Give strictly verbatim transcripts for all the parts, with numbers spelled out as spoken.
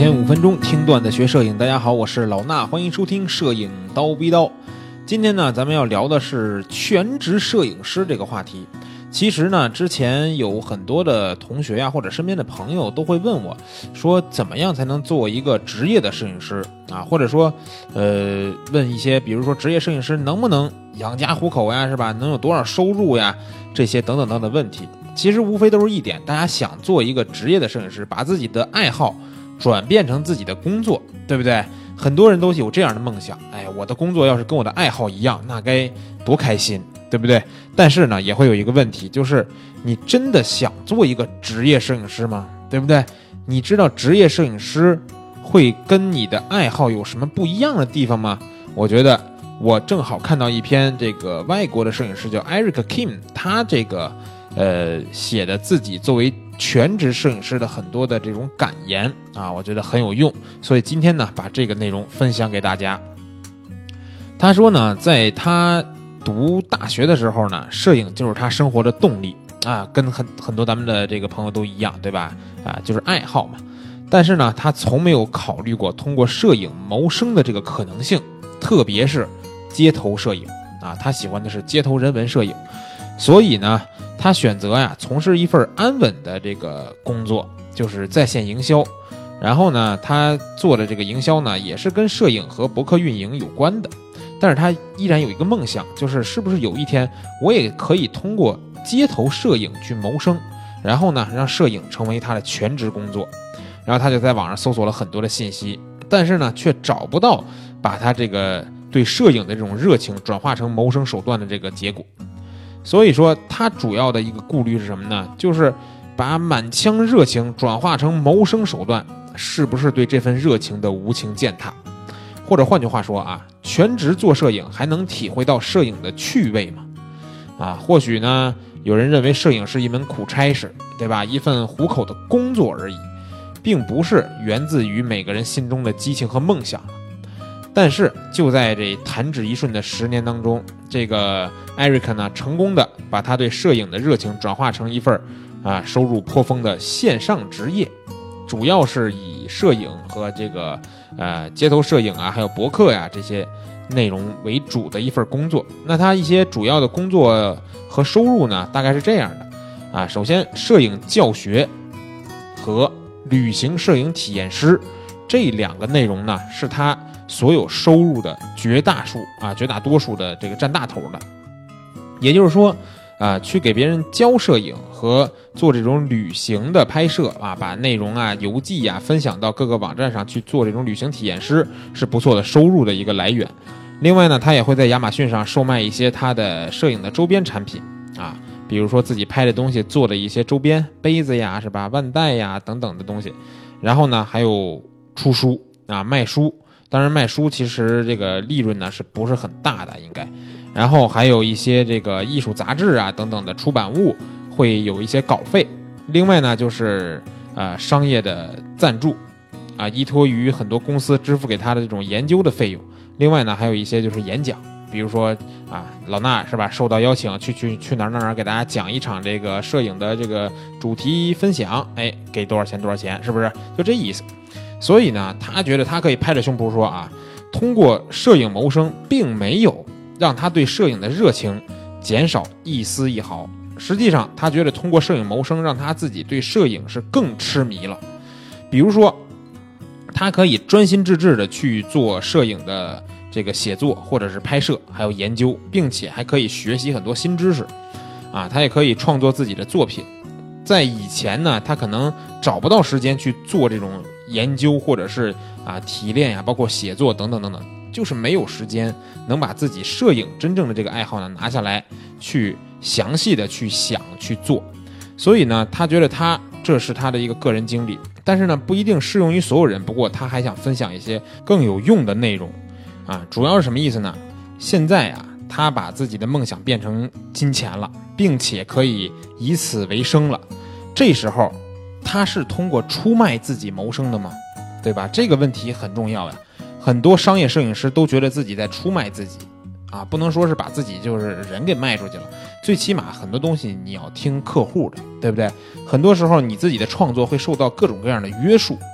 天五分钟听段子学摄影。大家好，我是老衲，欢迎收听摄影刀逼刀。今天呢，咱们要聊的是全职摄影师这个话题。其实呢，之前有很多的同学呀，或者身边的朋友都会问我，说怎么样才能做一个职业的摄影师啊？或者说，呃，问一些，比如说职业摄影师能不能养家糊口呀，是吧？能有多少收入呀？这些等等等等的问题，其实无非都是一点，大家想做一个职业的摄影师，把自己的爱好转变成自己的工作，对不对？很多人都有这样的梦想，哎，我的工作要是跟我的爱好一样，那该多开心，对不对？但是呢，也会有一个问题，就是你真的想做一个职业摄影师吗？对不对？你知道职业摄影师会跟你的爱好有什么不一样的地方吗？我觉得我正好看到一篇这个外国的摄影师叫 Eric Kim， 他这个呃写的自己作为全职摄影师的很多的这种感言啊，我觉得很有用，所以今天呢，把这个内容分享给大家。他说呢，在他读大学的时候呢，摄影就是他生活的动力啊，跟很很多咱们的这个朋友都一样，对吧？啊，就是爱好嘛。但是呢，他从没有考虑过通过摄影谋生的这个可能性，特别是街头摄影啊，他喜欢的是街头人文摄影，所以呢，他选择呀从事一份安稳的这个工作，就是在线营销。然后呢，他做的这个营销呢，也是跟摄影和博客运营有关的。但是他依然有一个梦想，就是是不是有一天我也可以通过街头摄影去谋生，然后呢，让摄影成为他的全职工作。然后他就在网上搜索了很多的信息，但是呢，却找不到把他这个对摄影的这种热情转化成谋生手段的这个结果。所以说他主要的一个顾虑是什么呢？就是把满腔热情转化成谋生手段，是不是对这份热情的无情践踏？或者换句话说啊，全职做摄影还能体会到摄影的趣味吗？啊，或许呢，有人认为摄影是一门苦差事，对吧？一份糊口的工作而已，并不是源自于每个人心中的激情和梦想。但是就在这弹指一瞬的十年当中，这个艾瑞克呢，成功的把他对摄影的热情转化成一份啊收入颇丰的线上职业，主要是以摄影和这个呃街头摄影啊，还有博客呀这些内容为主的一份工作。那他一些主要的工作和收入呢，大概是这样的啊，首先摄影教学和旅行摄影体验师这两个内容呢，是他所有收入的绝大数啊，绝大多数的这个占大头的。也就是说啊，去给别人教摄影和做这种旅行的拍摄啊，把内容啊、游记啊分享到各个网站上去做这种旅行体验师，是不错的收入的一个来源。另外呢，他也会在亚马逊上售卖一些他的摄影的周边产品啊，比如说自己拍的东西做的一些周边杯子呀，是吧？腕带呀等等的东西。然后呢，还有出书啊，卖书。当然卖书其实这个利润呢是不是很大的应该，然后还有一些这个艺术杂志啊等等的出版物会有一些稿费。另外呢就是呃商业的赞助啊，依托于很多公司支付给他的这种研究的费用。另外呢还有一些就是演讲，比如说啊老衲是吧，受到邀请去去去哪儿哪儿给大家讲一场这个摄影的这个主题分享，哎，给多少钱多少钱，是不是就这意思？所以呢，他觉得他可以拍着胸脯说啊，通过摄影谋生，并没有让他对摄影的热情减少一丝一毫。实际上，他觉得通过摄影谋生，让他自己对摄影是更痴迷了。比如说，他可以专心致志的去做摄影的这个写作，或者是拍摄，还有研究，并且还可以学习很多新知识。啊，他也可以创作自己的作品。在以前呢，他可能找不到时间去做这种研究或者是啊提炼呀，包括写作等等等等，就是没有时间能把自己摄影真正的这个爱好呢拿下来，去详细的去想去做。所以呢，他觉得他这是他的一个个人经历，但是呢不一定适用于所有人。不过他还想分享一些更有用的内容啊，主要是什么意思呢？现在啊，他把自己的梦想变成金钱了，并且可以以此为生了。这时候他是通过出卖自己谋生的吗？对吧？这个问题很重要呀。很多商业摄影师都觉得自己在出卖自己啊，不能说是把自己就是人给卖出去了，最起码很多东西你要听客户的，对不对？很多时候你自己的创作会受到各种各样的约束，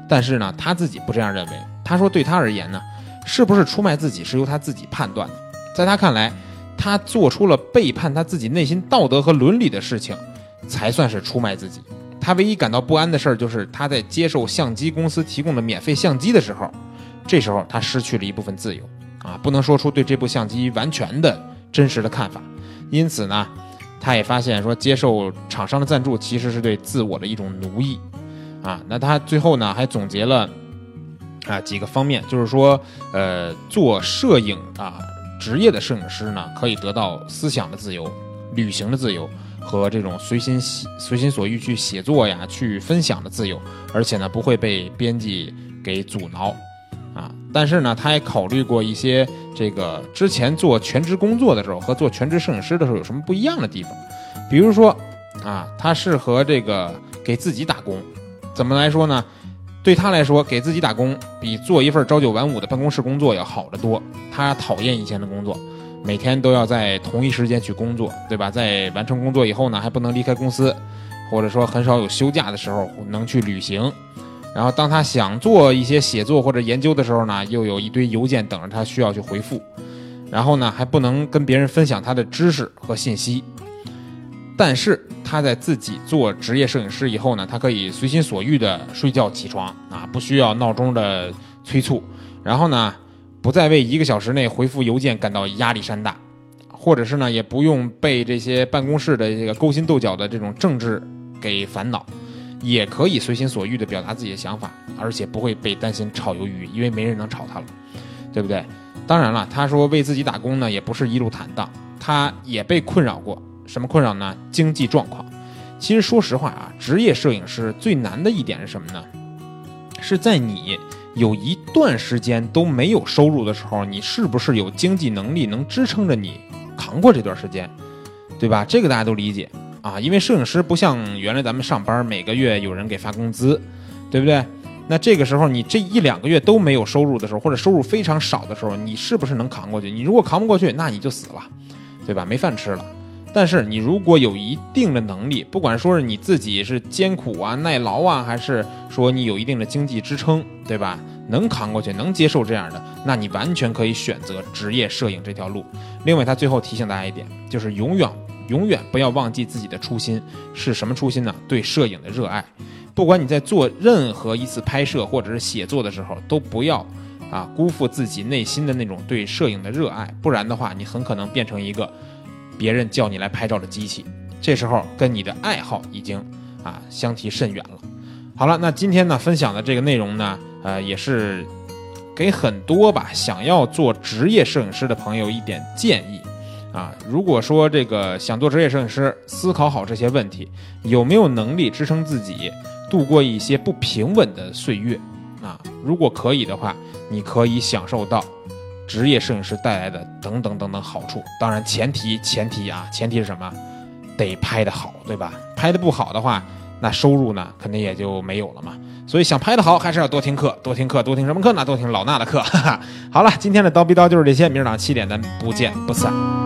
但是呢，他自己不这样认为。他说，对他而言呢，是不是出卖自己是由他自己判断的。在他看来，他做出了背叛他自己内心道德和伦理的事情，才算是出卖自己。他唯一感到不安的事儿，就是他在接受相机公司提供的免费相机的时候，这时候他失去了一部分自由啊，不能说出对这部相机完全的真实的看法。因此呢，他也发现说，接受厂商的赞助其实是对自我的一种奴役啊。那他最后呢，还总结了啊几个方面，就是说，呃，做摄影啊职业的摄影师呢，可以得到思想的自由、旅行的自由和这种随心随心所欲去写作呀、去分享的自由，而且呢，不会被编辑给阻挠啊。但是呢，他也考虑过一些这个之前做全职工作的时候和做全职摄影师的时候有什么不一样的地方，比如说啊，他适合这个给自己打工。怎么来说呢？对他来说，给自己打工比做一份朝九晚五的办公室工作要好得多。他讨厌以前的工作，每天都要在同一时间去工作，对吧？在完成工作以后呢，还不能离开公司，或者说很少有休假的时候能去旅行。然后当他想做一些写作或者研究的时候呢，又有一堆邮件等着他需要去回复，然后呢还不能跟别人分享他的知识和信息。但是他在自己做职业摄影师以后呢，他可以随心所欲的睡觉起床啊，不需要闹钟的催促，然后呢不再为一个小时内回复邮件感到压力山大，或者是呢也不用被这些办公室的这个勾心斗角的这种政治给烦恼，也可以随心所欲的表达自己的想法，而且不会被担心炒鱿鱼，因为没人能炒他了，对不对？当然了，他说为自己打工呢也不是一路坦荡，他也被困扰过。什么困扰呢？经济状况。其实说实话啊，职业摄影师最难的一点是什么呢？是在你有一段时间都没有收入的时候，你是不是有经济能力能支撑着你扛过这段时间，对吧？这个大家都理解啊，因为摄影师不像原来咱们上班每个月有人给发工资，对不对？那这个时候你这一两个月都没有收入的时候，或者收入非常少的时候，你是不是能扛过去？你如果扛不过去，那你就死了，对吧？没饭吃了。但是你如果有一定的能力，不管说是你自己是艰苦啊、耐劳啊，还是说你有一定的经济支撑，对吧？能扛过去，能接受这样的，那你完全可以选择职业摄影这条路。另外，他最后提醒大家一点，就是永远永远不要忘记自己的初心是什么初心呢？对摄影的热爱。不管你在做任何一次拍摄或者是写作的时候，都不要啊辜负自己内心的那种对摄影的热爱，不然的话，你很可能变成一个别人叫你来拍照的机器，这时候跟你的爱好已经啊相提甚远了。好了，那今天呢分享的这个内容呢，呃，也是给很多吧想要做职业摄影师的朋友一点建议啊。如果说这个想做职业摄影师，思考好这些问题，有没有能力支撑自己度过一些不平稳的岁月啊？如果可以的话，你可以享受到职业摄影师带来的等等等等好处。当然前提前提啊，前提是什么？得拍得好，对吧？拍得不好的话，那收入呢肯定也就没有了嘛。所以想拍得好，还是要多听课，多听课，多听什么课呢？多听老衲的课。哈哈。好了，今天的叨逼叨就是这些，明儿早上七点咱不见不散。